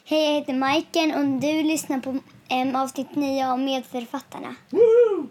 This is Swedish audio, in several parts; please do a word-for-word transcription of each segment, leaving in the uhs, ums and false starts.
Hej, jag heter Majken och du lyssnar på um, avsnitt nio av Medförfattarna. Woohoo!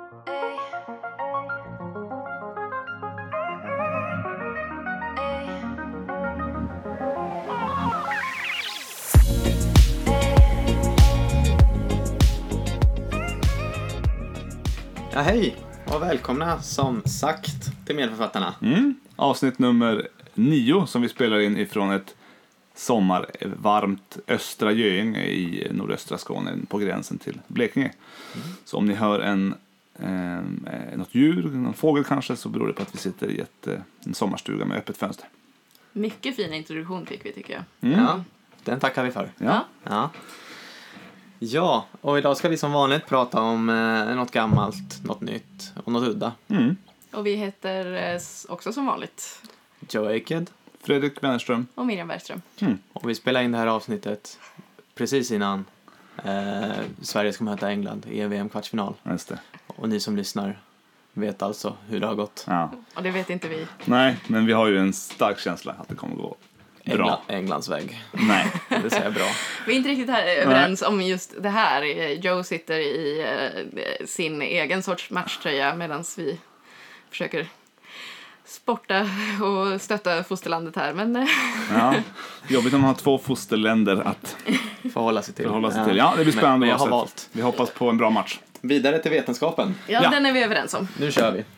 Ja, hej och välkomna som sagt till Medförfattarna. Mm. Avsnitt nummer nio som vi spelar in ifrån ett sommarvarmt Östra Göinge i nordöstra Skåne på gränsen till Blekinge. Mm. Så om ni hör en, eh, något djur, någon fågel kanske, så beror det på att vi sitter i ett, en sommarstuga med öppet fönster. Mycket fin introduktion fick vi, tycker jag. Mm. Ja, den tackar vi för. Ja. Ja. Ja, och idag ska vi som vanligt prata om eh, något gammalt, något nytt och något udda. Mm. Och vi heter eh, också som vanligt Joe Aked, Fredrik Wennerström och Miriam Bergström. Mm. Och vi spelar in det här avsnittet precis innan eh, Sverige ska möta England i V M-kvartsfinal. Just det. Och ni som lyssnar vet alltså hur det har gått. Ja. Och det vet inte vi. Nej, men vi har ju en stark känsla att det kommer gå bra. England, Englands väg. Nej, det säger bra. Vi är inte riktigt här överens om just det här. Joe sitter i eh, sin egen sorts matchtröja medan vi försöker sporta och stötta fosterlandet här. Men, eh. Ja, jobbigt om man har två fosterländer att förhålla sig till. förhålla sig till. Ja, det blir spännande. Men, men jag har oavsett. valt. Vi hoppas på en bra match. Vidare till vetenskapen. Ja, Ja. den är vi överens om. Nu kör vi.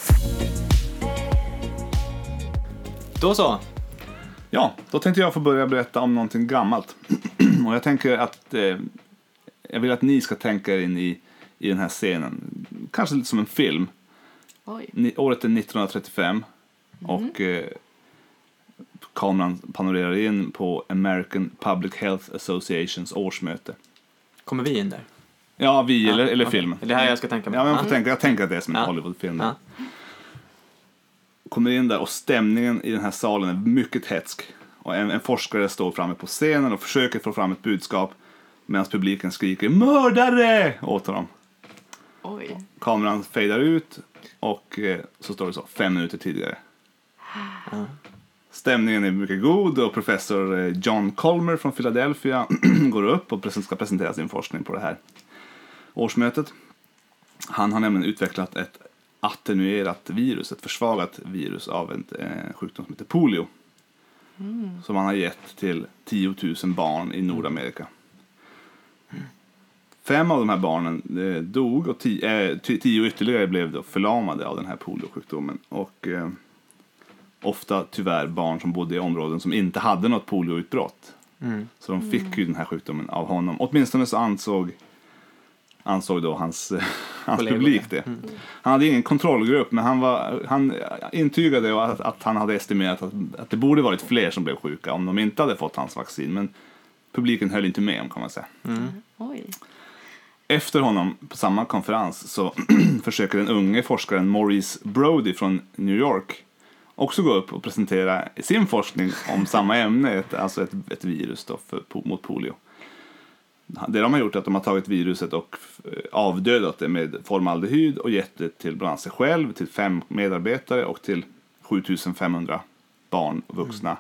Då så. Ja, då tänkte jag få börja berätta om någonting gammalt. Och jag tänker att eh, jag vill att ni ska tänka er in i, i den här scenen. Kanske lite som en film. Oj. Ni, året är nittonhundratrettiofem Mm. och eh, kameran panorerar in på American Public Health Associations årsmöte. Kommer vi in där? Ja, vi eller, eller okay. filmen. Det här jag ska tänka mig. Ja, men jag, Ja. får tänka, jag tänker att det är som en Ja. Hollywoodfilm. Ja. Kommer in där och stämningen i den här salen är mycket hetsk. Och en, en forskare står framme på scenen och försöker få fram ett budskap medan publiken skriker mördare åt honom. Oj. Kameran fejdar ut och eh, så står det så fem minuter tidigare. Ja. Stämningen är mycket god och professor eh, John Colmer från Philadelphia går upp och ska presentera sin forskning på det här årsmötet. Han har nämligen utvecklat ett attenuerat virus, ett försvagat virus av en eh, sjukdom som heter polio. Mm. Som han har gett till tio tusen barn i Nordamerika. Mm. Fem av de här barnen eh, dog och tio, eh, tio ytterligare blev då förlamade av den här poliosjukdomen. Och eh, ofta tyvärr barn som bodde i områden som inte hade något polioutbrott. Mm. Så de fick ju den här sjukdomen av honom. Åtminstone så ansåg ansåg då hans, hans publik det. Mm. Han hade ingen kontrollgrupp, men han, var, han intygade att, att han hade estimerat att, att det borde varit fler som blev sjuka om de inte hade fått hans vaccin. Men publiken höll inte med om, kan man säga. Mm. Oj. Efter honom på samma konferens så försöker den unge forskaren Maurice Brody från New York också gå upp och presentera sin forskning om samma ämne, ett, alltså ett, ett virus då för, mot polio. Det de har gjort är att de har tagit viruset och avdödat det med formaldehyd och gett det till bland annat sig själv, till fem medarbetare och till sjutusen femhundra barn och vuxna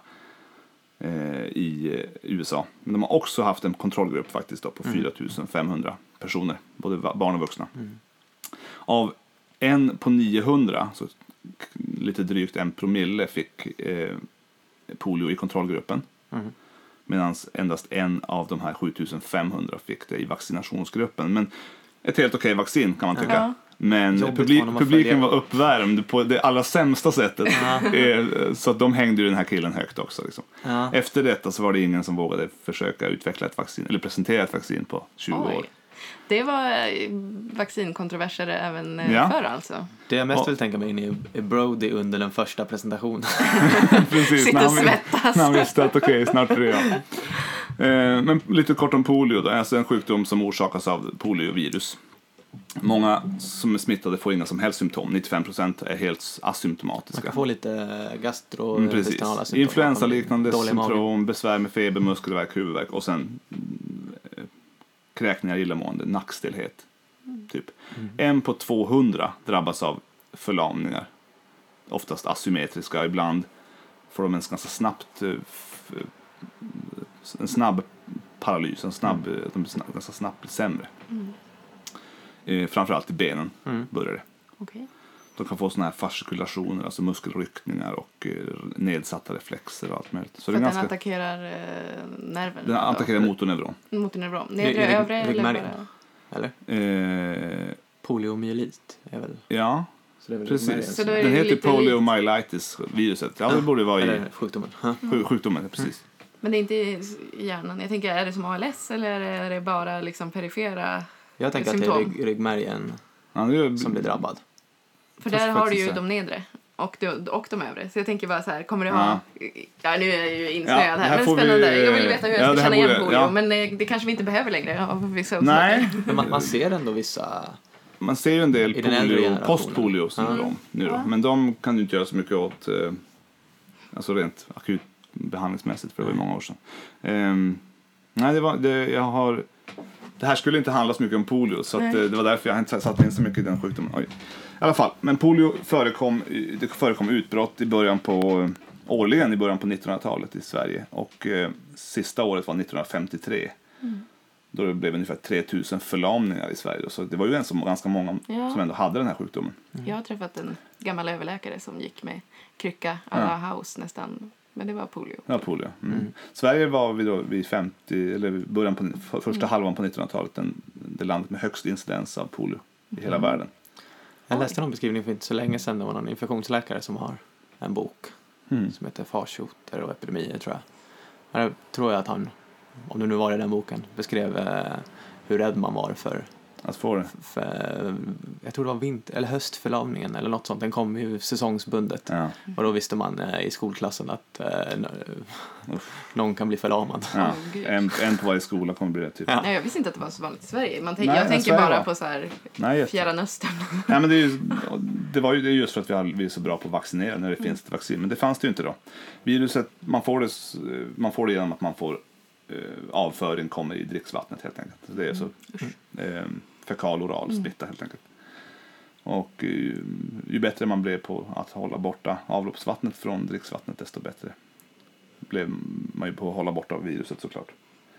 mm. eh, i U S A. Men de har också haft en kontrollgrupp faktiskt då, på mm. fyratusen femhundra personer, både barn och vuxna. Mm. Av en på niohundra, så lite drygt en promille, fick eh, polio i kontrollgruppen. Mm. Medan endast en av de här sjutusen femhundra fick det i vaccinationsgruppen. Men ett helt okej vaccin, kan man tycka. Ja. Men publik, publiken var uppvärmd på det allra sämsta sättet. Ja. Så att de hängde ju den här killen högt också. Liksom. Ja. Efter detta så var det ingen som vågade försöka utveckla ett vaccin, eller presentera ett vaccin på tjugo Oj. år. Det var vaccinkontroverser även ja. förr alltså. Det jag mest vill tänka mig in är, är Brody under den första presentationen. Precis, sitter och svettas. När han visste att okej, okay, snart är det jag. Eh, men lite kort om polio då. Alltså en sjukdom som orsakas av poliovirus. Många som är smittade får inga som helst symptom. nittiofem procent är helt asymptomatiska. Man kan få lite gastro mm, precis. Symptom. Influensaliknande symptom, besvär med feber, muskelvärk, huvudvärk och sen eh, kräkningar, illamående, nackstelhet. Mm. Typ. Mm. En på tvåhundra drabbas av förlamningar. Oftast asymmetriska. Ibland får de en ganska snabbt en snabb paralys, en snabb, mm. de blir snabb, ganska snabbt blir sämre. Mm. Eh, framförallt i benen mm. börjar det. Okay. De kan få såna här fascikulationer, alltså muskelryckningar och eh, nedsatta reflexer och allt möjligt. Så för det är att ganska... den attackerar eh, nerven? Den attackerar motorneuron. Motorneuron. Nedre, övre eller bara... Eller? Eh... Poliomyelit är väl... Ja, så det är väl precis. Så den heter poliomyelitis-viruset. Ja, det borde vara i... Eller sjukdomen. Mm. Sjukdomen, precis. Mm. Men det är inte i hjärnan. Jag tänker, är det som A L S eller är det bara liksom perifera Jag tänker symptom? att det är rygg, ryggmärgen ja, det är... som blir drabbad. För där har du ju de nedre och de, och de övre. Så jag tänker bara så här, kommer du ha... Ja, ja nu är jag ju insnöad ja, här, här men spännande. Vi... Jag vill veta hur jag ja, ska känna borde... igen polio, ja. Men det kanske vi inte behöver längre av vissa Nej. Men man, man ser ändå vissa... Man ser ju en del polio, postpolio-syndrom mm. nu då. Ja. Men de kan du inte göra så mycket åt, eh, alltså rent akut behandlingsmässigt, för det var ju många år sedan. Um, nej, det var, det, jag har... Det här skulle inte handla så mycket om polio, så att, det var därför jag inte satt in så mycket i den sjukdomen. Oj. I alla fall, men polio förekom, det förekom utbrott i början på, årligen i början på nittonhundratalet i Sverige. Och eh, sista året var nittonhundrafemtiotre. Mm. Då det blev ungefär tre tusen förlamningar i Sverige. Så det var ju en som, ganska många ja. som ändå hade den här sjukdomen. Mm. Jag har träffat en gammal överläkare som gick med krycka alla ja. house nästan. Men det var polio. Ja, polio. Mm. Mm. Sverige var vid, då, vid femtio, eller början på första mm. halvan på nittonhundratalet den, det landet med högst incidens av polio i mm. hela världen. Jag läste någon beskrivning för inte så länge sedan. Det var någon infektionsläkare som har en bok mm. som heter Farsoter och epidemier, tror jag. Jag tror jag att han, om det nu var i den boken, beskrev eh, hur rädd man var för att få det. För, jag tror det var vinter, eller höstförlamningen eller något sånt. Den kom ju säsongsbundet. Ja. Och då visste man eh, i skolklassen att eh, någon kan bli förlamad. Ja. En, en på varje skola kommer bli det typ. Ja. Nej, jag visste inte att det var så vanligt i Sverige. Man tänk, Nej, jag tänker bara var... på så här Nej, Fjärran Östern. Nej, men det, är ju, det var ju det är just för att vi, har, vi är så bra på att vaccinera när det mm. finns ett vaccin. Men det fanns det ju inte då. Viruset, man får det, man får det genom att man får Uh, avföring kommer i dricksvattnet helt enkelt. Det är så mm. uh, fekal-oral smitta helt enkelt. Och uh, ju bättre man blev på att hålla borta avloppsvattnet från dricksvattnet, desto bättre blev man ju på att hålla borta viruset såklart.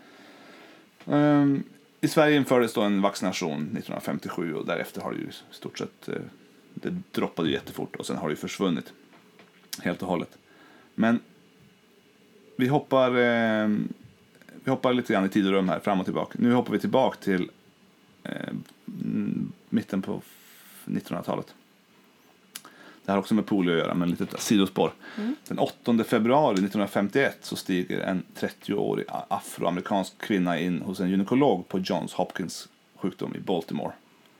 Um, I Sverige infördes då en vaccination nittonhundrafemtiosju och därefter har det ju i stort sett uh, det droppade ju jättefort och sen har det ju försvunnit helt och hållet. Men vi hoppar uh, Vi hoppar lite grann i tid och rum här, fram och tillbaka. Nu hoppar vi tillbaka till eh, mitten på nittonhundratalet. Det har också med polio att göra, men lite sidospår. Mm. Den åttonde februari nittonhundrafemtioett så stiger en trettioårig afroamerikansk kvinna in hos en gynekolog på Johns Hopkins sjukdom i Baltimore.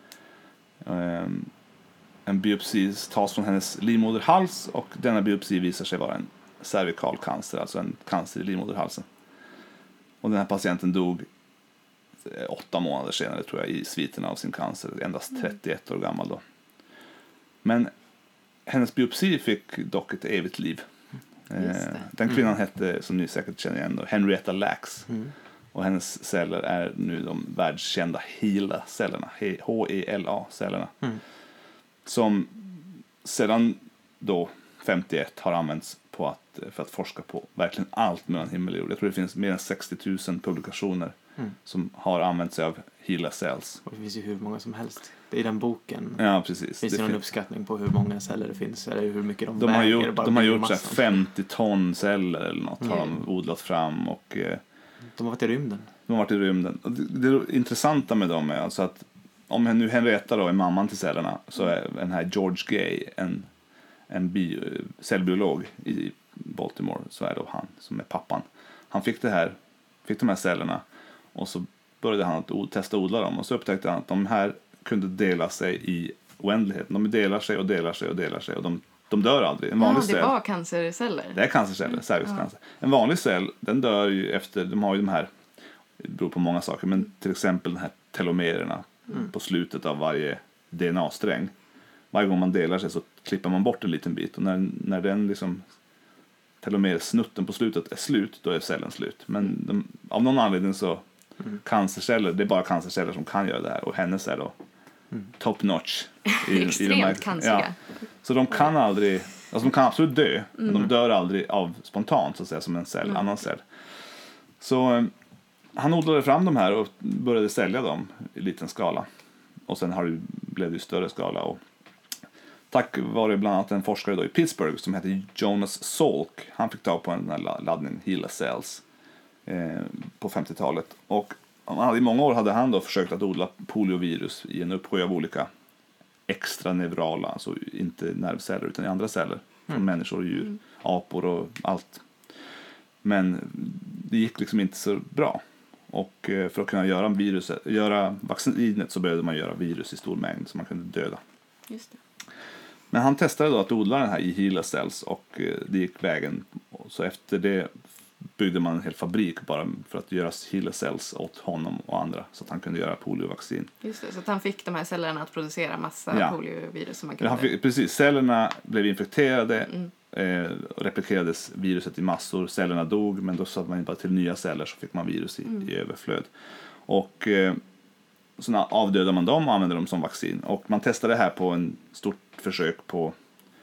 Um, en biopsi tas från hennes livmoderhals och denna biopsi visar sig vara en cervikalcancer, alltså en cancer i livmoderhalsen. Och den här patienten dog åtta månader senare, tror jag, i sviterna av sin cancer. Endast trettioett år gammal då. Men hennes biopsi fick dock ett evigt liv. Eh, den kvinnan mm. hette, som ni säkert känner igen då, Henrietta Lacks. Mm. Och hennes celler är nu de världskända HeLa-cellerna. H E L A-cellerna. Mm. Som sedan då femtioett har använts på att, för att forska på verkligen allt mellan himmel och jord. Jag tror det finns mer än sextio tusen publikationer mm. som har använt sig av HeLa cells. Och det finns ju hur många som helst. I den boken ja, precis. finns det, det någon fin- uppskattning på hur många celler det finns eller hur mycket de, de väger. Har gjort, bara de har gjort så här femtio ton celler eller något mm. har de odlat fram. Och, eh, de har varit i rymden. De har varit i rymden. Och det, det intressanta med dem är alltså att om nu Henrietta då är mamman till cellerna så är den här George Gay en, en bio, cellbiolog i Baltimore, så är det han som är pappan. Han fick det här, fick de här cellerna och så började han att od- testa odla dem och så upptäckte han att de här kunde dela sig i oändligheten. De delar sig och delar sig och delar sig och de, de dör aldrig. En vanlig ja, det cell, var cancerceller. Det är cancerceller, cervixcancer. Ja. En vanlig cell, den dör ju efter, de har ju de här, det beror på många saker, men till exempel de här telomererna mm. på slutet av varje D N A-sträng. Varje gång man delar sig så klipper man bort en liten bit och när, när den liksom telomersnutten på slutet är slut, då är cellen slut. Men de, av någon anledning så mm. cancerceller, det är bara cancerceller som kan göra det här och hennes är då mm. top notch i, extremt i de här, cancerga. Ja. Så de kan aldrig, alltså de kan absolut dö, mm. men de dör aldrig av spontant så att säga som en cell, mm. annan cell. Så han odlade fram de här och började sälja dem i liten skala. Och sen har det, blev det i större skala. Och tack vare bland annat en forskare då i Pittsburgh som heter Jonas Salk. Han fick tag på en den här laddningen HeLa cells eh, på femtiotalet. Och han hade, i många år hade han då försökt att odla poliovirus i en uppsjö av olika extraneurala, alltså inte nervceller utan i andra celler. Från mm. människor och djur, mm. apor och allt. Men det gick liksom inte så bra. Och för att kunna göra, virus, göra vaccinet så behövde man göra virus i stor mängd så man kunde döda. Just det. Men han testade då att odla den här i HeLa cells och det gick vägen. Så efter det byggde man en hel fabrik bara för att göra HeLa cells åt honom och andra så att han kunde göra poliovaccin. Just det, så att han fick de här cellerna att producera massa ja. poliovirus som man kunde... Han fick, precis, cellerna blev infekterade mm. eh, och replikerades viruset i massor. Cellerna dog, men då satte man in bara till nya celler så fick man virus i, mm. i överflöd. Och eh, så avdödade man dem och använde dem som vaccin. Och man testade det här på en stort försök på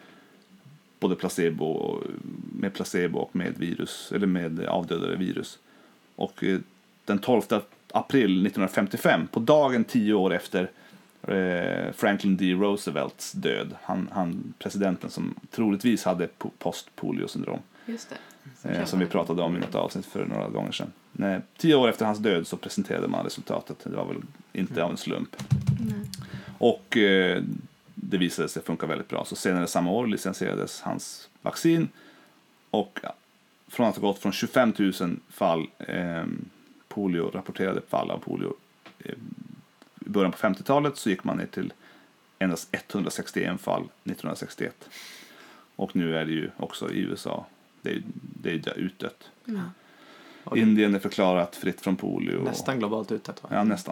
både placebo med placebo och med virus eller med avdödade virus. Och eh, den tolfte april nittonhundrafemtiofem, på dagen tio år efter eh, Franklin D. Roosevelts död, han, han presidenten som troligtvis hade postpoliosyndrom. Just det. Eh, som vi pratade om i något avsnitt för några gånger sedan. Nej, tio år efter hans död så presenterade man resultatet. Det var väl inte mm. av en slump. Mm. Och eh, det visade sig funka väldigt bra. Så senare samma år licensierades hans vaccin. Och från att ha gått från tjugofem tusen fall eh, polio, rapporterade fall av polio eh, i början på femtiotalet så gick man ner till endast etthundrasextioen fall nittonhundrasextioett. Och nu är det ju också i U S A. Det är, det är utdött. Mm. Indien är förklarat fritt från polio. Nästan globalt utdött, va? Ja, nästan.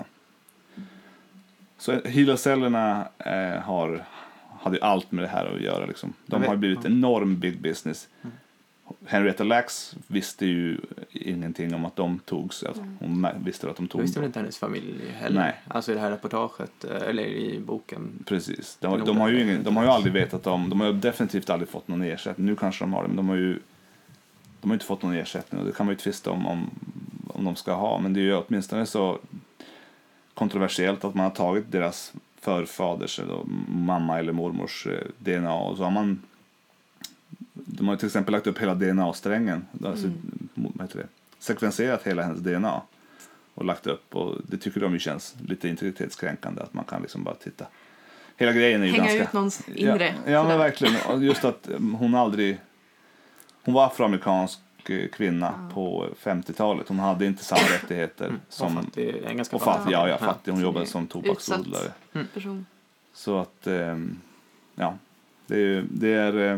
Så HeLa-cellerna eh, har, hade ju allt med det här att göra. Liksom. De har blivit enorm big business. Mm. Henrietta Lacks visste ju ingenting om att de togs. Alltså, hon visste att de tog. Visste inte hennes familj heller. Nej. Alltså i det här reportaget, eller i boken. Precis. De, de, har, ju ingen, de har ju aldrig vetat om, de har ju definitivt aldrig fått någon ersättning. Nu kanske de har det, men de har ju de har inte fått någon ersättning. Och det kan man ju tvista om, om, om de ska ha. Men det är ju åtminstone så kontroversiellt att man har tagit deras förfaders, eller mamma eller mormors D N A och så har man de har till exempel lagt upp hela D N A-strängen mm. alltså, vad heter det? Sekvenserat hela hennes D N A och lagt upp och det tycker de ju känns lite integritetskränkande att man kan liksom bara titta. Hela grejen är ju hänga ganska ut någons inre. Ja, ja men verkligen. Just att hon aldrig hon var afroamerikansk kvinna mm. på femtiotalet. Hon hade inte samma rättigheter mm. som och fattig, en ganska och fattig, ja, ja, fattig. Hon jobbade som tobaksodlare. Mm. person. Så att ja, det är det är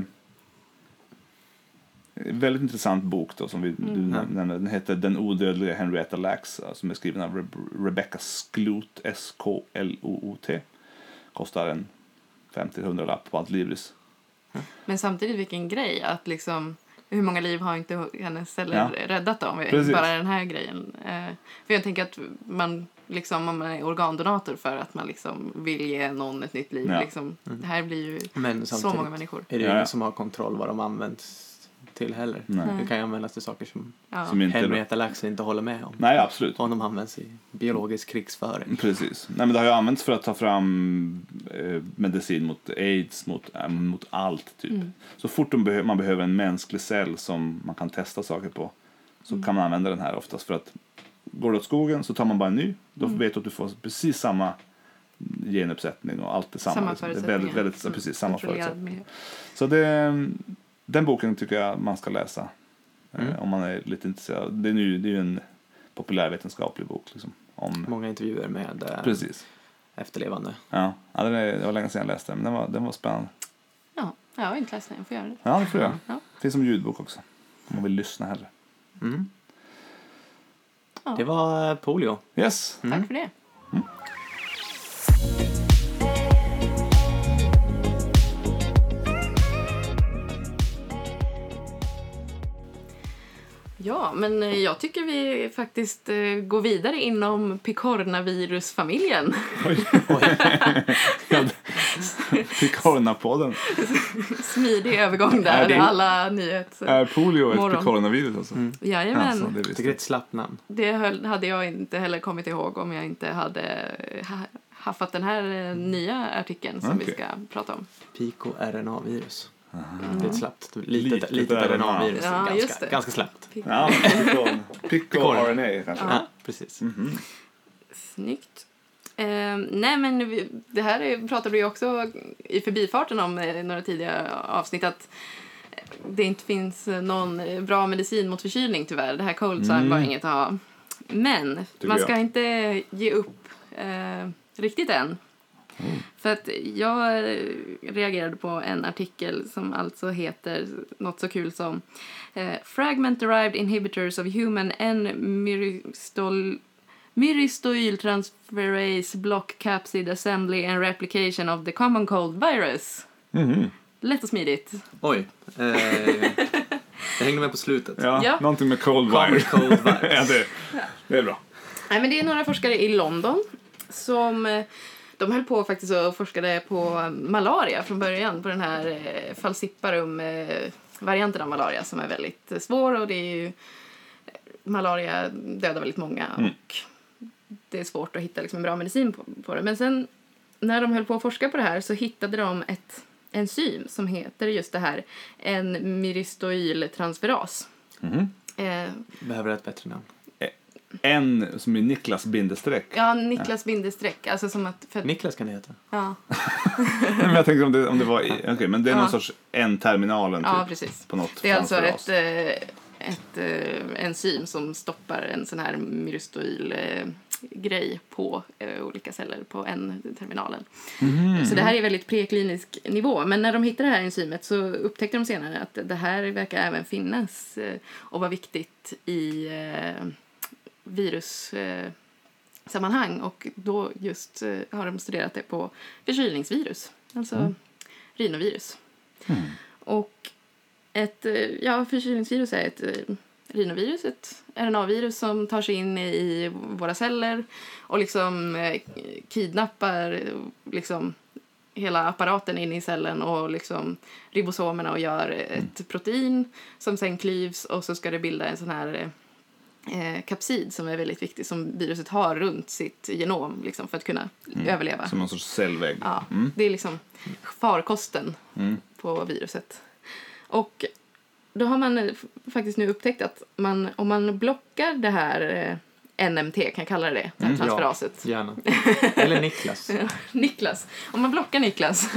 en väldigt intressant bok då som vi mm. du nämnde. Den heter Den odödliga Henrietta Lacks som är skriven av Re- Rebecca Skloot, S K L O O T. Kostar en femtio till hundra lapp på allt livris. Mm. Men samtidigt vilken grej att liksom hur många liv har inte hennes celler ja. räddat då, Precis. bara den här grejen. Eh, för jag tänker att man liksom om man är organdonator för att man liksom vill ge någon ett nytt liv. Ja. Liksom, mm. Det här blir ju Men så många människor. Är det ja, ja. ingen som har kontroll vad de används till heller. Nej. Det kan ju användas till saker som, ja. som inte Henrietta Lacks inte håller med om. Nej, absolut. Om de används i biologisk krigsföring. Precis. Nej, men det har ju använts för att ta fram eh, medicin mot AIDS, mot, äh, mot allt typ. Mm. Så fort de behö- man behöver en mänsklig cell som man kan testa saker på så mm. kan man använda den här oftast för att går det åt skogen så tar man bara en ny. Då mm. vet du att du får precis samma genuppsättning och allt är samma. Samma liksom. Det är väldigt, väldigt, mm. precis samma förutsättningar. Så det den boken tycker jag man ska läsa mm. eh, om man är lite intresserad. Det är, nu, det är ju en populärvetenskaplig bok. Liksom, om... Många intervjuer med eh, Precis. efterlevande. Ja, ja det, är, det var länge sedan jag läste den, men den var, den var spännande. Ja, jag har inte läst den, jag får göra det. Ja, det får jag. Ja. Det finns som ljudbok också, om man vill lyssna hellre. Mm. Ja. Det var polio. Yes. Mm. Tack för det. Mm. Ja, men jag tycker vi faktiskt eh, går vidare inom picornavirusfamiljen. Picornapodden. Smidig övergång där. Är det- Alla nyheter. Är polio ett Morgon. picornavirus alltså? Mm. Jajamän. Alltså, det Jag visste tycker det är ett slappt namn. Det höll, hade jag inte heller kommit ihåg om jag inte hade ha, haffat den här eh, nya artikeln som vi Okej. ska prata om. Pico-R N A-virus. Det är ett slappt. Litet, Litet litet, R N A. R N A-virus. Ja, just ganska, det. ganska slappt. Ja, picon. Pico-R N A kanske. Ja, precis. Mhm. Snyggt. Eh, nej, men vi, det här är, pratade vi också i förbifarten om eh, några tidigare avsnitt att det inte finns någon eh, bra medicin mot förkylning tyvärr. Det här cold sign Mm. var inget att ha. Men Tycker man ska jag. inte ge upp eh, riktigt än. Mm. För att jag eh, reagerade på en artikel som alltså heter något så kul som eh, Fragment Derived Inhibitors of Human N-Myristol Myristoyltransferase Block Capsid Assembly and Replication of the Common Cold Virus. Mhm. Lätt och smidigt. Oj. Eh, jag hängde med på slutet. Ja, Ja. någonting med cold Common virus. cold virus. Ja, det, det är bra. Nej, men det är några forskare i London som eh, de höll på faktiskt och forskade på malaria från början, på den här eh, falciparum eh, varianten av malaria som är väldigt eh, svår, och det är ju malaria dödar väldigt många Mm. och det är svårt att hitta liksom en bra medicin på, på det. Men sen när de höll på att forska på det här så hittade de ett enzym som heter just det här en myristoyltransferas. Mhm. Eh, Behöver ett bättre namn. En som är Niklas bindestreck. ja, Niklas bindestreck, alltså som att för, Niklas kan det heta. ja. Men jag tänker om det, om det var... i- Okej, men det är någon Ja. sorts en-terminalen typ, Ja, precis. på något Det är alltså transferas. ett, eh, ett eh, enzym som stoppar en sån här myristoyl eh, grej på eh, olika celler på en terminalen. Mhm. Så det här är väldigt preklinisk nivå. Men när de hittade det här enzymet så upptäckte de senare att det här verkar även finnas eh, och vara viktigt i eh, virus eh, sammanhang, och då just eh, har de studerat det på förkylningsvirus, alltså Mm. rhinovirus. Mm. Och ett, eh, ja, förkylningsvirus är ett eh, rhinovirus, ett R N A-virus som tar sig in i våra celler och liksom eh, kidnappar eh, liksom hela apparaten in i cellen och liksom ribosomerna och gör ett protein som sen klyvs, och så ska det bilda en sån här eh, Eh, kapsid som är väldigt viktig, som viruset har runt sitt genom liksom, för att kunna Mm. överleva. Som någon sorts cellvägg. Ja, Mm. det är liksom farkosten Mm. på viruset. Och då har man eh, f- faktiskt nu upptäckt att man, om man blockar det här eh, N M T, kan jag kalla det det, det här Mm, transferaset. Gärna. Eller Niklas. Niklas. Om man blockar Niklas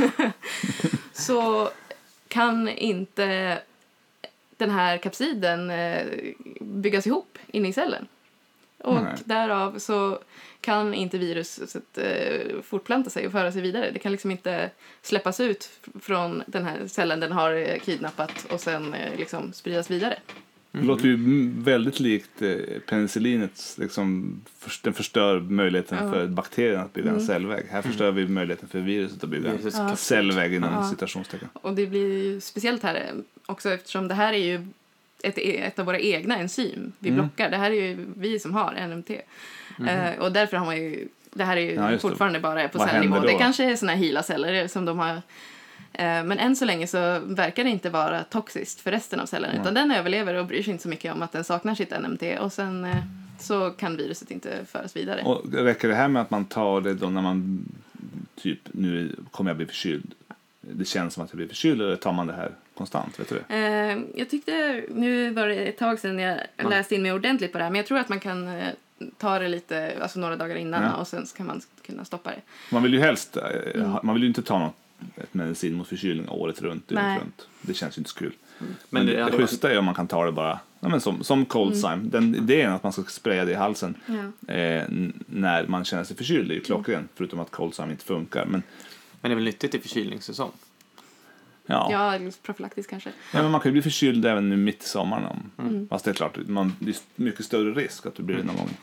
så kan inte den här kapsiden eh, byggas ihop inne i cellen. Och Nej. därav så kan inte viruset eh, fortplanta sig och föra sig vidare. Det kan liksom inte släppas ut f- från den här cellen den har eh, kidnappat och sen eh, liksom spridas vidare. Det låter ju m- väldigt likt eh, penicillinets, liksom, för, den förstör möjligheten Ja. för bakterien att bygga en Mm. cellvägg. Här förstör vi möjligheten för viruset att bygga Virusets en Ja. cellvägg inom Ja. citationstecken. Och det blir ju speciellt här eh, också eftersom det här är ju ett, ett av våra egna enzym vi Mm. blockar. Det här är ju vi som har N M T. Eh, och därför har man ju, det här är ju Ja, just det. fortfarande bara på Vad cellnivå. händer då? Det kanske är såna här HeLa-celler som de har. Eh, men än så länge så verkar det inte vara toxiskt för resten av cellen. Nej. Utan den överlever och bryr sig inte så mycket om att den saknar sitt N M T. Och sen eh, så kan viruset inte föras vidare. Och räcker det här med att man tar det då när man typ, nu kommer jag bli förkyld. Det känns som att jag blir förkyld, eller tar man det här konstant? Vet du det? Eh, jag tyckte, nu var det ett tag sedan jag Ja. läste in mig ordentligt på det här, men jag tror att man kan eh, ta det lite, alltså några dagar innan Ja. och sen så kan man kunna stoppa det. Man vill ju helst, eh, Mm. ha- man vill ju inte ta något ett medicin mot förkylning året runt, dygnet Nej. runt. Det känns ju inte så kul. Men, Men det det, hade det schyssta är om man kan ta det bara, ja, men som, som cold Mm. sign. Den idén att man ska spraya det i halsen Ja. eh, n- när man känner sig förkyld är ju klockren, förutom att cold sign inte funkar. Men Men det är väl nyttigt i förkylningssäsong? ja, ja. Ja, profylaktiskt kanske. men man kan ju bli förkyld även nu mitt i sommaren. Om, Mm. Fast det är klart, man, det är mycket större risk att du blir det någon gång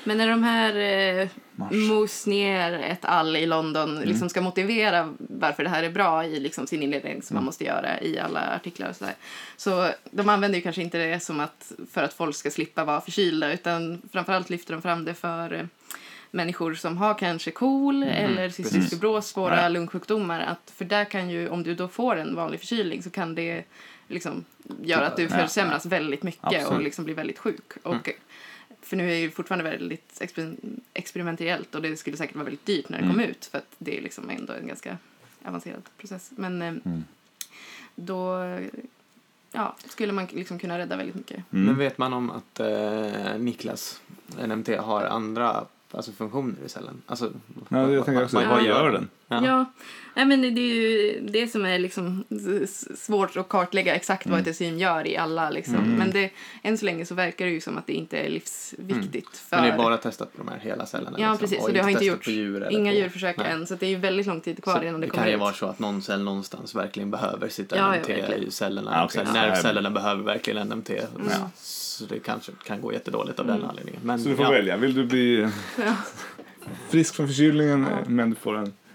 Men när de här eh, Mars. Musnier et al. I London Mm. liksom ska motivera varför det här är bra i liksom sin inledning som Mm. man måste göra i alla artiklar och sådär. Så de använder ju kanske inte det som att för att folk ska slippa vara förkylda, utan framförallt lyfter de fram det för eh, människor som har kanske KOL eller cystisk fibros, svåra Ja. lungsjukdomar. Att, för där kan ju, om du då får en vanlig förkylning så kan det liksom göra att du Ja, försämras väldigt mycket Absolut. och liksom blir väldigt sjuk. Och, för nu är det ju fortfarande väldigt exper- experimentellt och det skulle säkert vara väldigt dyrt när det Mm. kom ut för att det är liksom ändå en ganska avancerad process. Men eh, Mm. då ja, skulle man liksom kunna rädda väldigt mycket. Mm. Men vet man om att eh, Niklas N M T har andra alltså, funktioner i cellen? Alltså, Ja, jag tänker också, vad, vad gör den? Ja. Ja, nej, men det är ju det som är liksom s- svårt att kartlägga exakt vad ett enzym gör i alla. Liksom. Mm. Men det, än så länge så verkar det ju som att det inte är livsviktigt. För... Men det är bara testat på de här hela cellerna? Ja, liksom, precis. och Så det har inte testat gjort på djur eller inga på... djurförsök Nej. än. Så det är ju väldigt lång tid kvar Så innan det det kommer kan ju ut. vara så att någon cell någonstans verkligen behöver sitt Ja, ja, N M T verkligen. i cellerna. Ja, Ja, okej. okay. Nervcellerna behöver verkligen N M T. Ja. Så det kanske kan gå jättedåligt av den anledningen. Men, Så du får ja. välja. Vill du bli Ja. frisk från förkylningen men du får en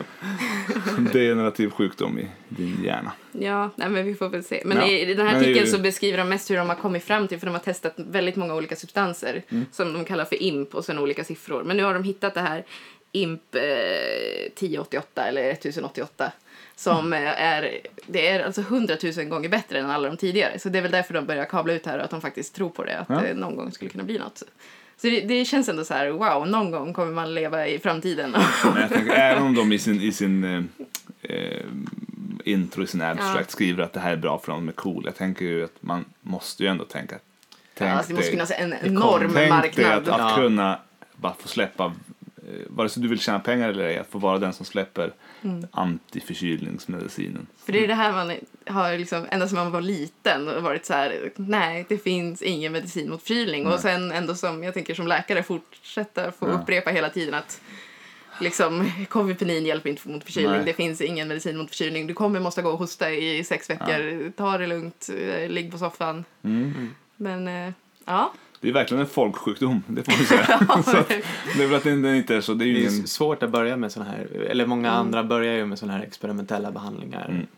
degenerativ sjukdom i din hjärna? Ja, nej, men vi får väl se. Men Ja. i den här Men det är artikeln ju- så beskriver de mest hur de har kommit fram till, för de har testat väldigt många olika substanser Mm. som de kallar för I M P och sen olika siffror. Men nu har de hittat det här I M P eh, tio åttioåtta eller tusen åttioåtta som Mm. eh, är, det är alltså hundratusen gånger bättre än alla de tidigare. Så det är väl därför de börjar kabla ut här och att de faktiskt tror på det, att Ja. det någon gång skulle kunna bli något. Så det, det känns ändå så här, wow, någon gång kommer man leva i framtiden. Men jag tänker, även om de i sin, i sin eh, eh, intro, i sin abstract Ja. skriver att det här är bra för dem med cool. Jag tänker ju att man måste ju ändå tänka. Tänk Alltså, det måste dig- finnas en enorm tänk marknad. dig att, att Ja. kunna bara få släppa, eh, vare sig du vill tjäna pengar eller ej, att få vara den som släpper Mm. antiförkylningsmedicinen. För det är det här man har liksom, ända sedan man var liten och varit så här, nej, det finns ingen medicin mot förkylning. Nej. Och sen ändå som, jag tänker som läkare, fortsätta få Ja. upprepa hela tiden att liksom, Kovipenin hjälper inte mot förkylning, Nej. det finns ingen medicin mot förkylning. Du kommer måste gå och hosta i sex veckor, ta det lugnt, eh, ligg på soffan. Mm. Men, eh, ja. Det är verkligen en folksjukdom, det får man säga. Så att, det är väl att den den inte är så. Det är ju Det är ingen... svårt att börja med såna här, eller många Mm. andra börjar ju med såna här experimentella behandlingar Mm.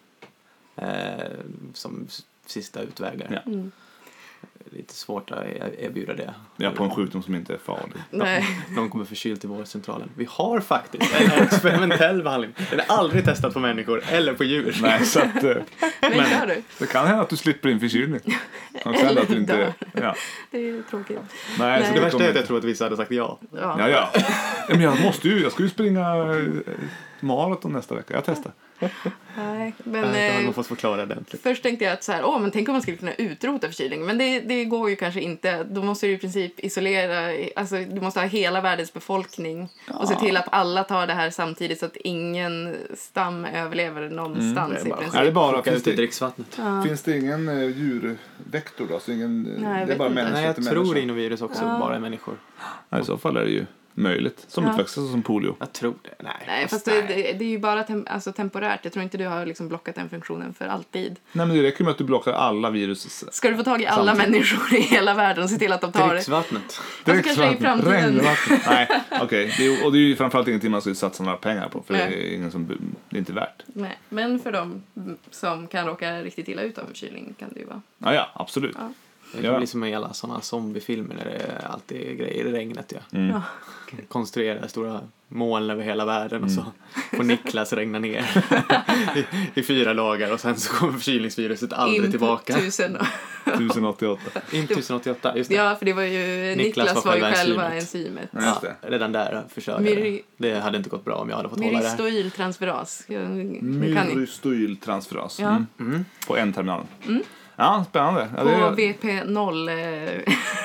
eh, som s- sista utvägar. Ja. Mm. Lite svårt att e- erbjuda det. Ja, på en sjukdom som inte är farlig. Nej. Någon kommer förkyld till vårdcentralen. Vi har faktiskt en experimentell behandling. Den är aldrig testad på människor eller på djur. Nej, så att, eh, Men kör du. det kan hända att du slipper in förkylning. Och sen att du inte... Ja. Det är tråkigt. Nej, så Nej. Det det värsta är kommer... att jag tror att vissa hade sagt ja. Ja. Ja, ja. Men jag måste ju, jag ska ju springa eh, maraton nästa vecka. Jag testar. Nej, men... Men, det har eh, man fått förklara ordentligt. Först tänkte jag att så här, åh, men tänk om man skulle kunna utrota förkylning. Men det, det går ju kanske inte. Då måste du i princip isolera, alltså du måste ha hela världens befolkning och se till att alla tar det här samtidigt så att ingen stam överlever någonstans det är i bara- princip. Är det bara, Skicka finns ut i det, dricksvattnet. Ja. finns det ingen eh, djurvektor då? Så ingen, Nej, jag det är vet bara inte. människor Nej, jag till tror människor. rinovirus också Ja. bara är människor. Ja, i så fall är det ju möjligt. Som Ja. utväxlas som polio. Jag tror det. Nej, Nej, fast det, det, det är ju bara tem, alltså, temporärt. Jag tror inte du har liksom blockat den funktionen för alltid. Nej, men det räcker med att du blockar alla virus. Ska du få tag i alla Samtidigt. människor i hela världen och se till att de tar det? Dricksvattnet. Alltså, kanske i framtiden. Regnvatten. Nej, okej. Det är- Och det är ju framförallt ingenting man ska satsa några pengar på. För Nej. det är ingen som, det är inte värt. Nej, men för dem som kan råka riktigt illa ut av förkylning kan det ju vara. Ja, ja, absolut. Ja. Det kan Ja. bli som i alla sådana zombiefilmer när det är alltid grejer i regnet. Ja. Mm. Ja. Konstruera stora moln över hela världen och så får Niklas regna ner i, i fyra dagar och sen så kommer förkylningsviruset aldrig In tillbaka. tusen. tusen åttioåtta. In tusen åttioåtta, just det. Ja, för det var ju Niklas, var var ju själva själva enzymet. enzymet. Ja, just det. Ja, redan där förstörde Myri- det. Det hade inte gått bra om jag hade fått hålla det här. Myristolyltransferas. Ja, nu kan ni. Myristolyltransferas. Ja. Mm. Mm. På en terminal. Ja, spännande. Ja, På det är, V P noll eh,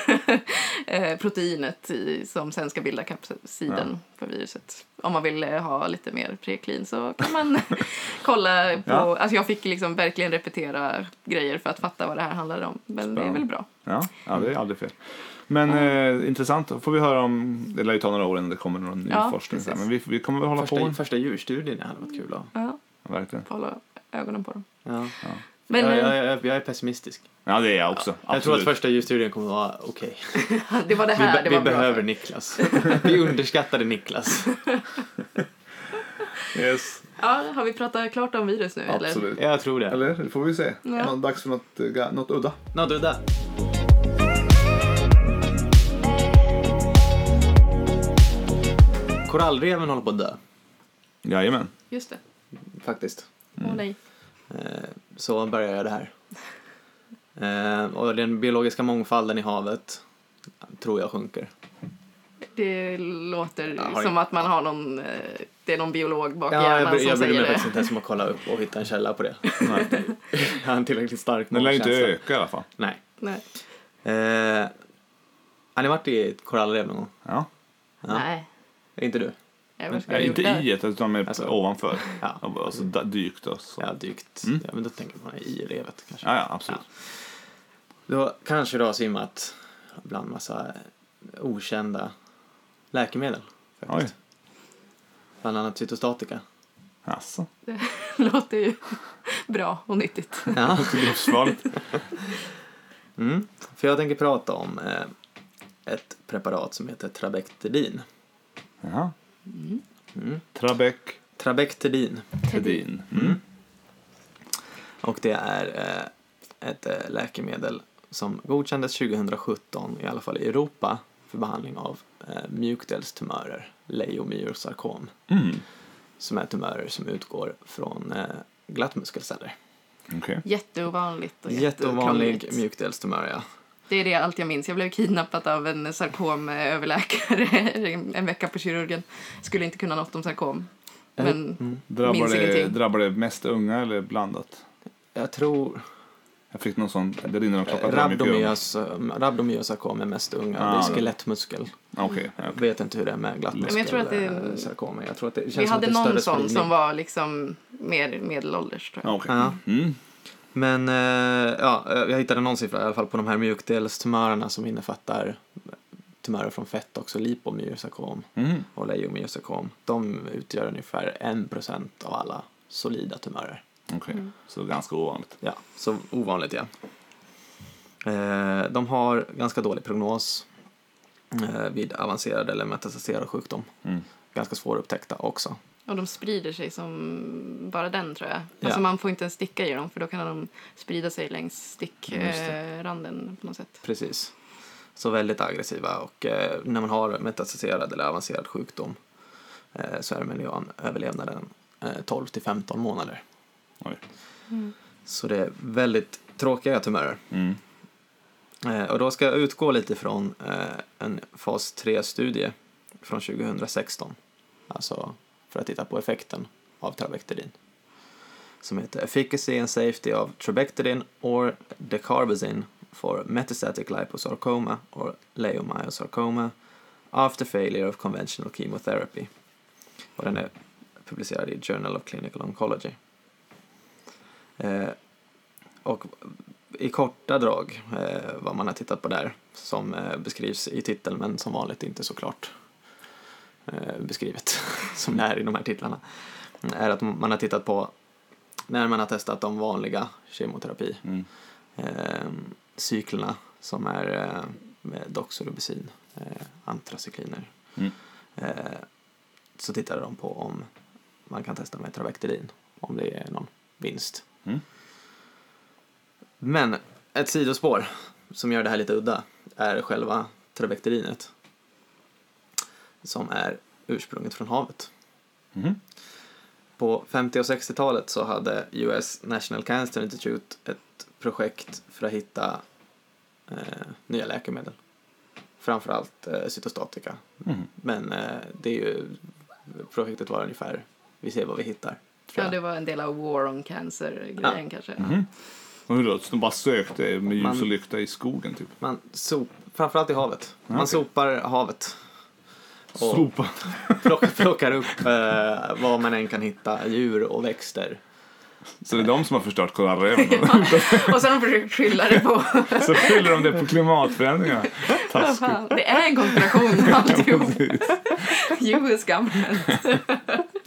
eh, proteinet i, som sen ska bilda kapsiden för viruset. Om man vill eh, ha lite mer preklin så kan man kolla på... Ja. Alltså jag fick liksom verkligen repetera grejer för att fatta vad det här handlade om. Men det är Spännande. väl bra. ja, ja, det är aldrig fel. Men eh, intressant. Får vi höra om... Det lär ju ta några år innan det kommer någon ny Ja, forskning. precis. Men vi, vi kommer väl hålla Första, på. första djurstudien hade varit kul att Ja, Verkligen. hålla ögonen på dem. ja. Men Jag, eh, jag, jag, jag är pessimistisk. Ja, det är jag också. Jag tror att Absolut. första ljusstudien kommer att vara okej. det var det Vi, här be, det vi var bra behöver för. Niklas. Vi underskattade Niklas. Yes. Ja, har vi pratat klart om virus nu eller? Absolut. Jag tror det. Eller, det får vi se. Ja. Nå- Dags för något, eh, ga- något udda. Nå, du där. Korallreven håller på att dö, Jajamän. Just det. faktiskt. Åh nej. Eh, Så börjar jag det här. Eh, Och den biologiska mångfalden i havet tror jag sjunker. Det låter Ja, har som du- att man har någon, eh, det är någon biolog bak i Ja, hjärnan jag, bry- som jag brydde säger mig det. faktiskt inte ens om att kolla upp och hitta en källa på det. Nej. Jag har en tillräckligt stark Den lär ju inte magkänsla. öka i alla fall. Nej. Nej. Eh, har ni varit i ett korallrev någon gång? Ja. Ja. Nej. Inte du? Jag vet Ja, inte i ett, utan med Alltså, ovanför. ja. Och alltså da- dykt och så. Ja, dykt. Mm. Ja, men då tänker man i revet kanske. Ja, ja, absolut. Då kanske du har simmat bland massa okända läkemedel. Faktiskt. Bland annat cytostatika. Alltså, Det låter ju bra och nyttigt. Ja. det är livsfarligt. Mm. För jag tänker prata om eh, ett preparat som heter Trabectedin. Jaha. Mm. Trabec Trabectedin. Tedin. Mm. Och det är eh, ett eh, läkemedel som godkändes tjugohundrasjutton, i alla fall i Europa, för behandling av eh, mjukdelstumörer, leiomyosarkom, Mm. som är tumörer som utgår från eh, glattmuskelceller. Okej. Jätteovanligt och Jätteovanlig jättekrångligt. mjukdelstumör, ja. Det är det allt jag minns. Jag blev kidnappad av en sarkomöverläkare en vecka på kirurgen. Skulle inte kunna något om sarkom. Men Mm. Drabbar, minns det, ingenting. drabbar det mest unga eller blandat? Jag tror Jag fick någon sån, det rinner någon klocka. att det var mycket unga. rabdomyos, rabdomyosarkom är mest unga. Ah, det är det- skelettmuskel. Okej. Jag okej. vet inte hur det är med glattmuskel. Men jag tror att det- eh, sarkom. Jag tror att det känns vi som att hade det är någon större sån spridning. som var liksom mer medelålders tror jag. Okej. Ja. Mm. Men eh, ja, jag hittade någon siffra i alla fall på de här mjukdelstumörerna som innefattar tumörer från fett, också lipomyosarkom Mm. och leiomyosarkom. De utgör ungefär en procent av alla solida tumörer. Okej, så ganska ovanligt. Ja, så ovanligt, ja. Eh, de har ganska dålig prognos eh, vid avancerad eller metastaserad sjukdom. Mm. Ganska svårupptäckta också. Och de sprider sig som bara den tror jag. Ja. Alltså man får inte ens sticka i dem för då kan de sprida sig längs Just stickranden på något sätt. Precis. Så väldigt aggressiva, och eh, när man har metastaserad eller avancerad sjukdom eh, så är median överlevnaden eh, tolv till femton månader. Oj. Så det är väldigt tråkiga tumörer. Mm. Eh, och då ska jag utgå lite från eh, en fas tre-studie från tjugohundrasexton. Alltså för att titta på effekten av Trabectedin. Som heter Efficacy and Safety of Trabectedin or Dacarbazine for Metastatic Liposarcoma or Leiomyosarcoma after failure of conventional chemotherapy. Och den är publicerad i Journal of Clinical Oncology. Eh, och i korta drag eh, vad man har tittat på där, som eh, beskrivs i titeln men som vanligt inte så klart eh, beskrivet som det är i de här titlarna, är att man har tittat på när man har testat de vanliga kemoterapi Mm. eh, cyklerna som är eh, med doxorubicin, eh, antracykliner. Mm. Eh, så tittar de på om man kan testa med Trabectedin, om det är någon vinst. Mm. Men ett sidospår som gör det här lite udda är själva Trabectedinet, som är ursprunget från havet. Mm. På femtio- och sextiotalet så hade U S National Cancer Institute ett projekt för att hitta eh, nya läkemedel. Framförallt eh, cytostatika. Mm. Men eh, det är ju, projektet var ungefär, vi ser vad vi hittar. tror Ja, jag. det var en del av War on Cancer-grejen kanske. Mhm. Och hur då? Så de bara sökte med ljus Man- och lykta i skogen typ? Man sop, framförallt i havet. Man okej. sopar havet. Och Sopa. plockar, plockar upp eh, vad man än kan hitta, djur och växter. Så det är de som har förstört korallreven. Och sen har de försökt skylla det på... Så skyller de det på klimatförändringarna. Vad Taskigt. fan, det är en konspiration alltihop. Precis. U S government.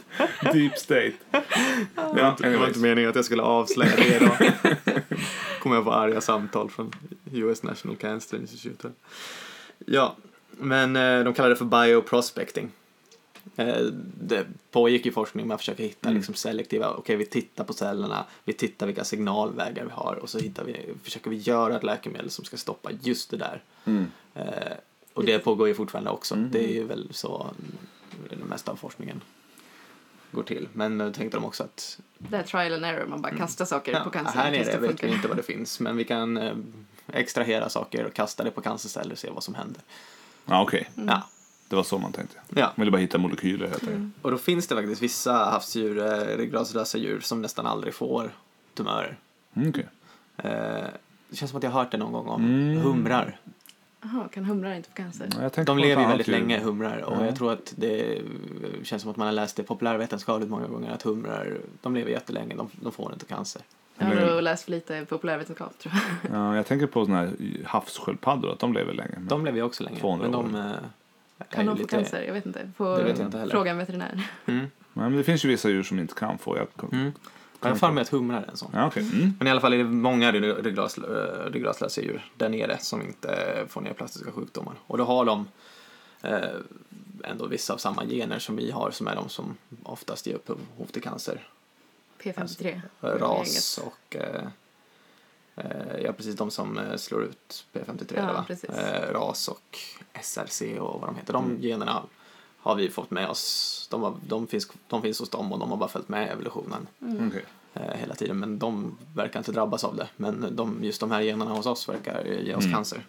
Deep state. Det var, inte, det var inte meningen att jag skulle avslöja det idag. Kommer jag få arga samtal från U S National Cancer Institute. Ja, men eh, de kallar det för bioprospecting. Eh, det pågick ju forskning med att försöka hitta mm. liksom selektiva, okej okay, vi tittar på cellerna, vi tittar vilka signalvägar vi har och så hittar vi, försöker vi göra ett läkemedel som ska stoppa just det där. Mm. Eh, och det pågår ju fortfarande också. Mm. Det är ju väl så det mesta av forskningen går till. Men nu tänkte de också att det är trial and error, man bara mm. kastar saker ja, på cancer. Här nere vet vi inte vad det finns, men vi kan eh, extrahera saker och kasta det på cancerceller och se vad som händer. Ja, okej. Okay. Mm. Ja. Det var så man tänkte. Ja. Man ville bara hitta molekyler. Heter det. Mm. Och då finns det faktiskt vissa havsdjur, ryggradslösa djur, som nästan aldrig får tumörer. Mm, okay. eh, det känns som att jag har hört det någon gång om mm. humrar. Jaha, kan humrar inte få cancer? Ja, de lever ju väldigt länge, humrar. Och ja. jag tror att det känns som att man har läst det populärvetenskapligt många gånger. Att humrar, de lever jättelänge, de, de får inte cancer. Jag har nog läst för lite populärvetenskap, tror jag. Ja, jag tänker på såna här havssköldpaddor, att de lever länge. De lever ju också länge. Men de, kan de få lite... cancer? Jag vet inte. På det vet jag inte heller. Fråga en veterinär. Mm. Nej, men det finns ju vissa djur som inte kan få. Jag kan... mm. Jag har för mig att humrar är en sån. Ja, okay. mm. Men i alla fall är det många ryggradslösa djur där nere som inte får neoplastiska sjukdomar. Och då har de eh, ändå vissa av samma gener som vi har, som är de som oftast ger upphov till cancer. P femtiotre. Alltså, ras och eh, ja, precis de som slår ut P femtiotre. Ja, va? Eh, ras och S R C och vad de heter. De mm. generna har vi fått med oss. De, har, de, finns, de finns hos dem och de har bara följt med evolutionen mm. okay. eh, hela tiden. Men de verkar inte drabbas av det. Men de, just de här generna hos oss verkar ge oss mm. cancer.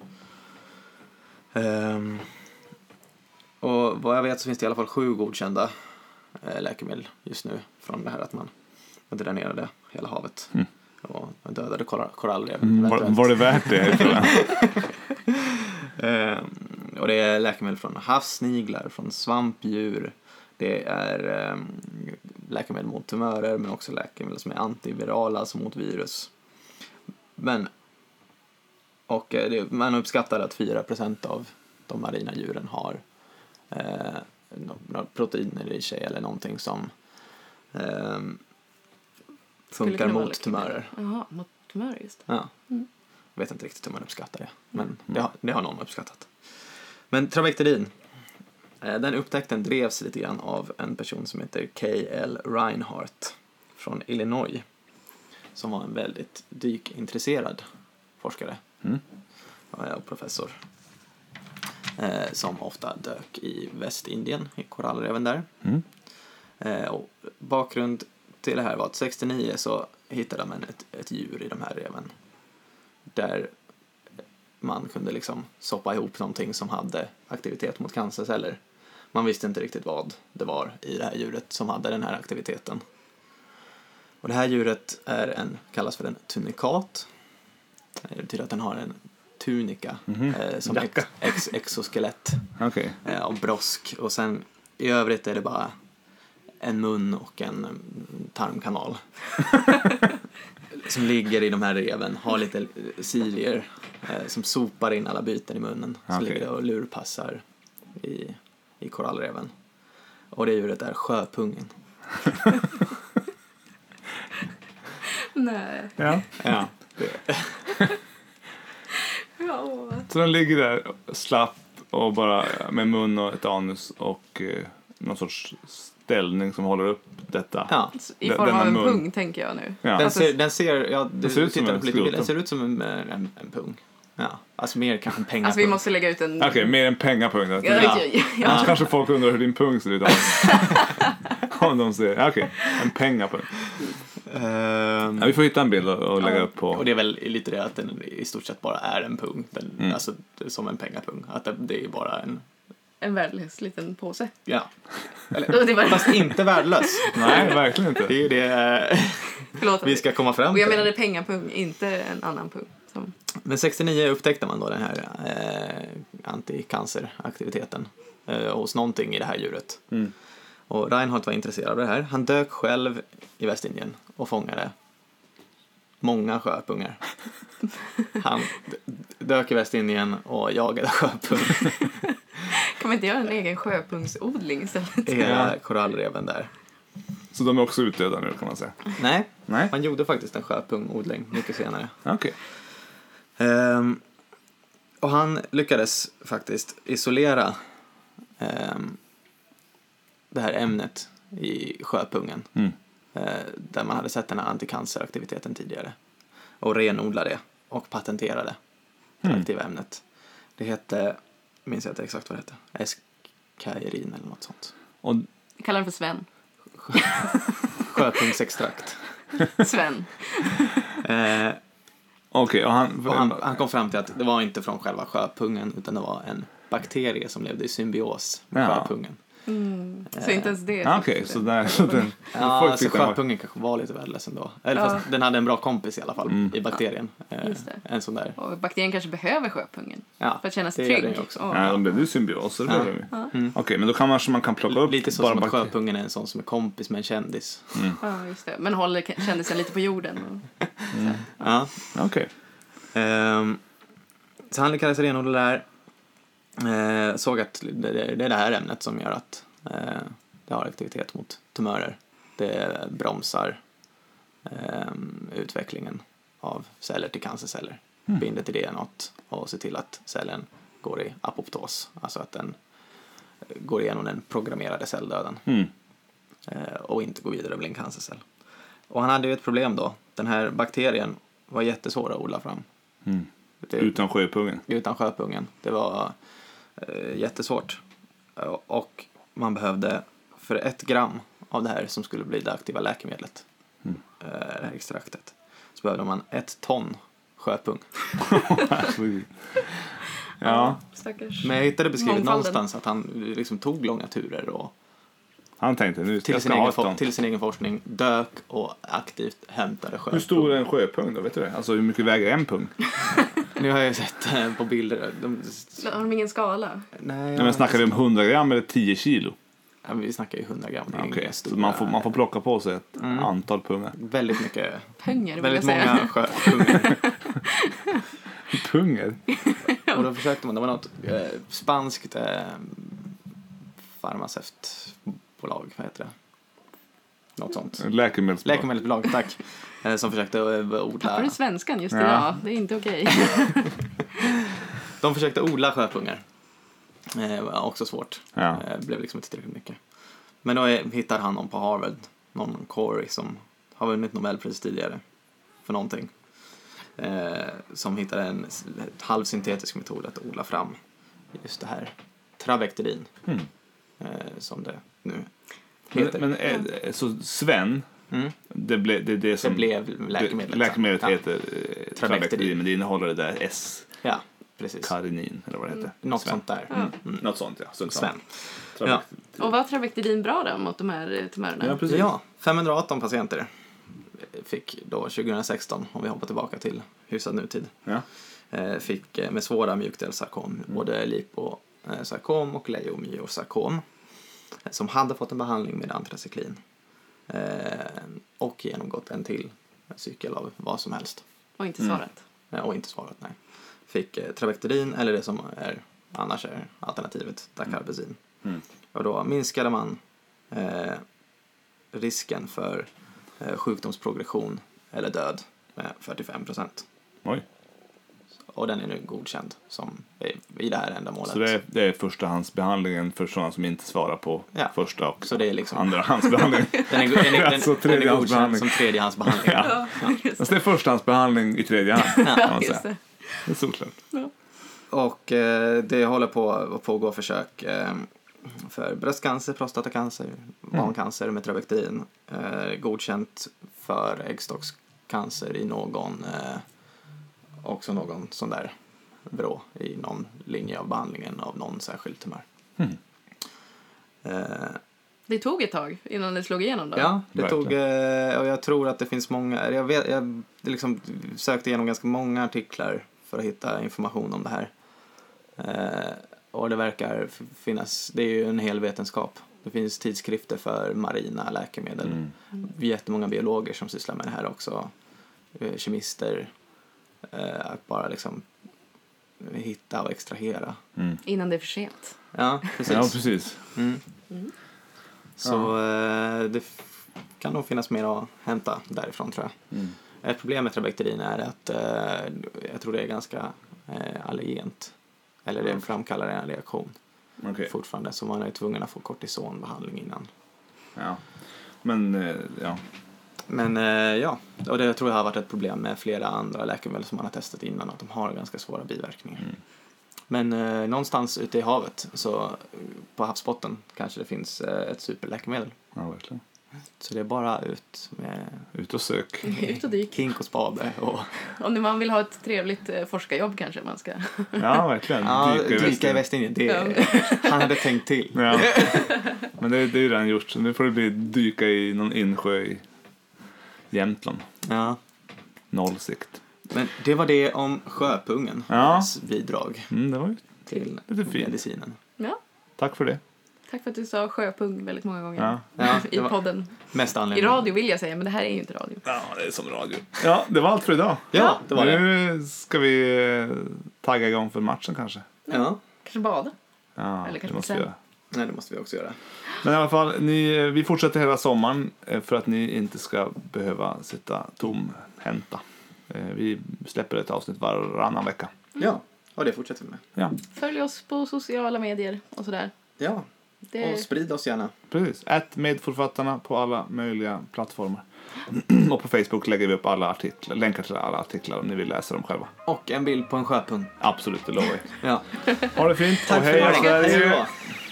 Um, och vad jag vet så finns det i alla fall sju godkända eh, läkemedel just nu från det här att man dränerade hela havet. Mm. Och dödade kor- korallreven. Mm, var, var det värt det? um, och det är läkemedel från havssniglar, från svampdjur. Det är um, läkemedel mot tumörer, men också läkemedel som är antivirala, alltså mot virus. Men och det, man uppskattar att fyra procent av de marina djuren har eh, några proteiner i sig eller någonting som eh, funkar mot tumörer. Jaha, mot tumörer just. Ja. Mm. Jag vet inte riktigt hur man uppskattar det, men mm. det, har, det har någon uppskattat. Men Trabectedin, eh, den upptäckten drevs lite grann av en person som heter K L Reinhardt från Illinois, som var en väldigt dykintresserad forskare mm. och professor eh, som ofta dök i Västindien, i korallreven där. Mm. Eh, och bakgrund till det här var att sextionio så hittade man ett, ett djur i de här reven där man kunde liksom soppa ihop någonting som hade aktivitet mot cancerceller. Man visste inte riktigt vad det var i det här djuret som hade den här aktiviteten. Och det här djuret är en, kallas för en tunikat. Det betyder att den har en tunika mm-hmm. eh, som ett ex- exoskelett okay. eh, och brosk. Och sen i övrigt är det bara en mun och en tarmkanal som ligger i de här reven. Har lite cilier eh, som sopar in alla byten i munnen. Som okay. ligger och lurpassar i, i korallreven. Och det djuret är sjöpungen. Nej. Ja. Ja. Ja. Så den ligger där slapp och bara med mun och ett anus och eh, någon sorts ställning som håller upp detta. Ja. I form av en mun. Pung, tänker jag nu. Ja. Den ser, den ser, ja, den ser ut som en lite, den ser ut som en, en, en pung. Ja, alltså mer kanske en pengapung. Alltså vi måste lägga ut en... Okej, okay, mer en pengapung. Ja. Ja. Ja. Annars kanske folk undrar hur din pung ser ut. Om de ser, okej, okay, en pengapung. Um, ja, vi får hitta en bild och, och lägga ja, upp på. Och det är väl lite det att den i stort sett bara är en pung. Den, mm. Alltså som en pengapung. Att det, det är bara en... En värdelös liten påse. Ja. Eller, det var... Fast inte värdelös. Nej, verkligen inte. Det är ju det vi ska komma fram till. Och jag menade pengapung, inte en annan pung. Som... Men sextionio upptäckte man då den här eh, anticanceraktiviteten eh, hos någonting i det här djuret. Mm. Och Reinhardt var intresserad av det här. Han dök själv i Västindien och fångade många sjöpungar. Han dök i Västindien och jagade sjöpung. Kan man inte göra en egen sjöpungsodling istället? Hela korallreven där. Så de är också utdöda nu kan man säga. Nej, Nej? man gjorde faktiskt en sjöpungodling mycket senare. Okej. Ehm, och han lyckades faktiskt isolera ehm, det här ämnet i sjöpungen. Mm. Eh, där man hade sett den här anticanceraktiviteten tidigare. Och renodla det och patentera det. Det Mm. aktiva ämnet. Det hette, minns jag inte exakt vad det hette, eskairin eller något sånt. Och Vi kallar den för Sven. Sjöpungsextrakt. Sven. Eh, okej, och han... och han, han kom fram till att det var inte från själva sjöpungen utan det var en bakterie som levde i symbios med Ja. sjöpungen. Mm. Så inte ens det. Ah, okej, så där... Så den, Ja, folk alltså fick den- sjöpungen kanske var lite värdelös ändå. Eller Ja. fast den hade en bra kompis i alla fall Mm. i bakterien. Eh, Just det. En sån där. Och bakterien kanske behöver sjöpungen. Ja, För att känna sig det gör trygg. den ju också. Åh. Ja, de blev ju symbioser. Ja. Ja. Mm. Okej, men då kan man, man kan plocka upp Lite så bara som att bakterier. sjöpungen är en sån som är kompis med en kändis. Ja, just det. Men håller k- kändisen lite på jorden. Och... Ja. Okej. Ehm, så han lyckades renodla det där. Eh, såg att det, det det är det här ämnet som gör att eh, det har aktivitet mot tumörer. Det bromsar ehm, utvecklingen av celler till cancerceller. Mm. Binder till D N A och ser till att cellen går i apoptos. Alltså att den går igenom den programmerade celldöden. Mm. eh, och inte gå vidare och bli en cancercell. Och han hade ju ett problem då. Den här bakterien var jättesvår att odla fram. Mm. Det, Utan sjöpungen. utan sjöpungen. Det var eh, jättesvårt. Eh, Och man behövde för ett gram av det här som skulle bli det aktiva läkemedlet, Mm. eh, det här extraktet, så behövde man ett ton sjöpung. Ja, Stackars. Men jag hittade beskrivet Mångfalden. någonstans att han liksom tog långa turer och han tänkte nu ska till jag sin, ska ha egen, ett for- sånt. till sin egen forskning dök och aktivt hämtade sjöpung. Hur stor är en sjöpung då? Vet du det? Alltså hur mycket väger en pung? Nu har jag sett eh, på bilder. De, Har de ingen skala? nej, Nej, jag- men snackar vi om hundra gram eller tio kilo? Ja, vi snackar ju hundra gram. Det är Okej, inga så stora- man får, man får plocka på sig ett Mm. antal pungar. Väldigt mycket. Pönger vill Väldigt jag säga. många sjöpungar. Punger? Och då försökte man, det var något eh, spanskt eh, farmaceutbolag, vad heter det? Något sånt. Läkemedelsbolag. Läkemedelsbolag, tack. Eh, som försökte eh, Tappar odla. du svenskan just Ja. idag? Det är inte okej. De försökte odla sjöpungar. Eh, var också svårt. Ja. Eh, blev liksom inte tillräckligt mycket. Men då eh, hittar han någon på Harvard, någon Corey som har vunnit Nobelpris tidigare för någonting. Eh, som hittade en s- halvsyntetisk metod att odla fram just det här travekterin. Mm. Eh, som det nu Men, heter. men eh, så Sven, Mm. det, ble, det, det som... Det blev läkemedlet. Det, läkemedlet Ja. heter eh, Travectedin, men det innehåller det där S-karinin, Ja, precis. eller vad det heter. Något Sven. sånt där. Ja. Mm. Något sånt, ja. Sunt Sven. Travectedin. Och var Travectedin bra då mot de här eh, tumörerna? Ja, precis. Ja, femhundraarton patienter fick då tjugohundrasexton, om vi hoppar tillbaka till hyfsad nutid, Ja. eh, fick eh, med svåra mjukdelssarkom, både liposarkom och leiomyosarkom, eh, som hade fått en behandling med antracyklin eh, och genomgått en till cykel av vad som helst. Och inte Mm. svarat. Eh, och inte svarat nej. Fick eh, Travectedin, eller det som är annars är alternativet, Dacarbazin. Mm. Och då minskade man eh, risken för eh, sjukdomsprogression eller död med fyrtiofem procent. Oj. Och den är nu godkänd som i, i det här ändamålet. Så det är, det är förstahandsbehandlingen för sådana som inte svarar på Ja. första och Så det är liksom- andrahandsbehandling. Den är, den är, den, Alltså den är godkänd tredjehandsbehandling. som tredjehandsbehandling. Ja. Ja, just Fast det är förstahandsbehandling i tredje hand, kan man Ja, just säga. det. Det är solklart. Och eh, det håller på att pågå försök eh, för bröstcancer, prostatacancer, barncancer med Travectedin. Eh, godkänt för äggstockscancer i någon, eh, också någon sån där vrå i någon linje av behandlingen av någon särskild tumör. Mm. Eh, Det tog ett tag innan det slog igenom då. Ja, det Verkligen. tog, eh, och jag tror att det finns många, jag, vet, jag liksom sökte igenom ganska många artiklar för att hitta information om det här. Eh, och det verkar f- finnas, det är ju en hel vetenskap. Det finns tidskrifter för marina läkemedel. Mm. Jättemånga biologer som sysslar med det här också. Eh, kemister. Eh, att bara liksom hitta och extrahera. Mm. Innan det är för sent. Ja, precis. Ja, precis. Mm. Mm. Så eh, det f- kan nog finnas mer att hämta därifrån, tror jag. Mm. Ett problem med trabekterin är att eh, jag tror det är ganska eh, allergent. Eller det framkallar en reaktion Okej. fortfarande. Så man är tvungen att få kortisonbehandling innan. Ja. Men, eh, ja. Men eh, ja, och det tror jag har varit ett problem med flera andra läkemedel som man har testat innan. Att de har ganska svåra biverkningar. Mm. Men eh, någonstans ute i havet, så på havsbotten kanske det finns eh, ett superläkemedel. Ja, verkligen. Så det är bara ut med Ut och sök. Ut och dyk. kink och spade. Och, Om man vill ha ett trevligt eh, forskarjobb kanske man ska. Ja, verkligen. ja, Dyka i dyka i Västindien. Västindien. Det, han hade tänkt till. Ja. Men det, det är ju redan gjort. Så nu får det bli dyka i någon insjö i Jämtland. Ja. Noll sikt. Men det var det om sjöpungen. Ja. Hans bidrag Mm, det var ju till lite fint. medicinen. Ja, Tack för det. tack för att du sa sjöpung väldigt många gånger. Ja. Ja, I det var podden. mest I anledning. radio vill jag säga, men det här är ju inte radio. Ja, det är som radio. Ja, det var allt för idag. Ja, det var det. Nu ska vi eh, tagga igång för matchen kanske. Ja. Kanske bada. Ja, Eller det kanske måste vi sen. göra. Nej, det måste vi också göra. Men i alla fall, ni, vi fortsätter hela sommaren eh, för att ni inte ska behöva sitta tomhänta. Eh, Vi släpper ett avsnitt varannan vecka. Ja, och det fortsätter vi med. Ja, Följ oss på sociala medier och sådär. Ja, Det... och sprid oss gärna. precis. Ät medförfattarna på alla möjliga plattformar. Och på Facebook lägger vi upp alla artiklar, länkar till alla artiklar om ni vill läsa dem själva. Och en bild på en sjöpung. Absolut, det lovar jag. Ja. Ha det fint Tack och för hej idag. Sverige! Hej då.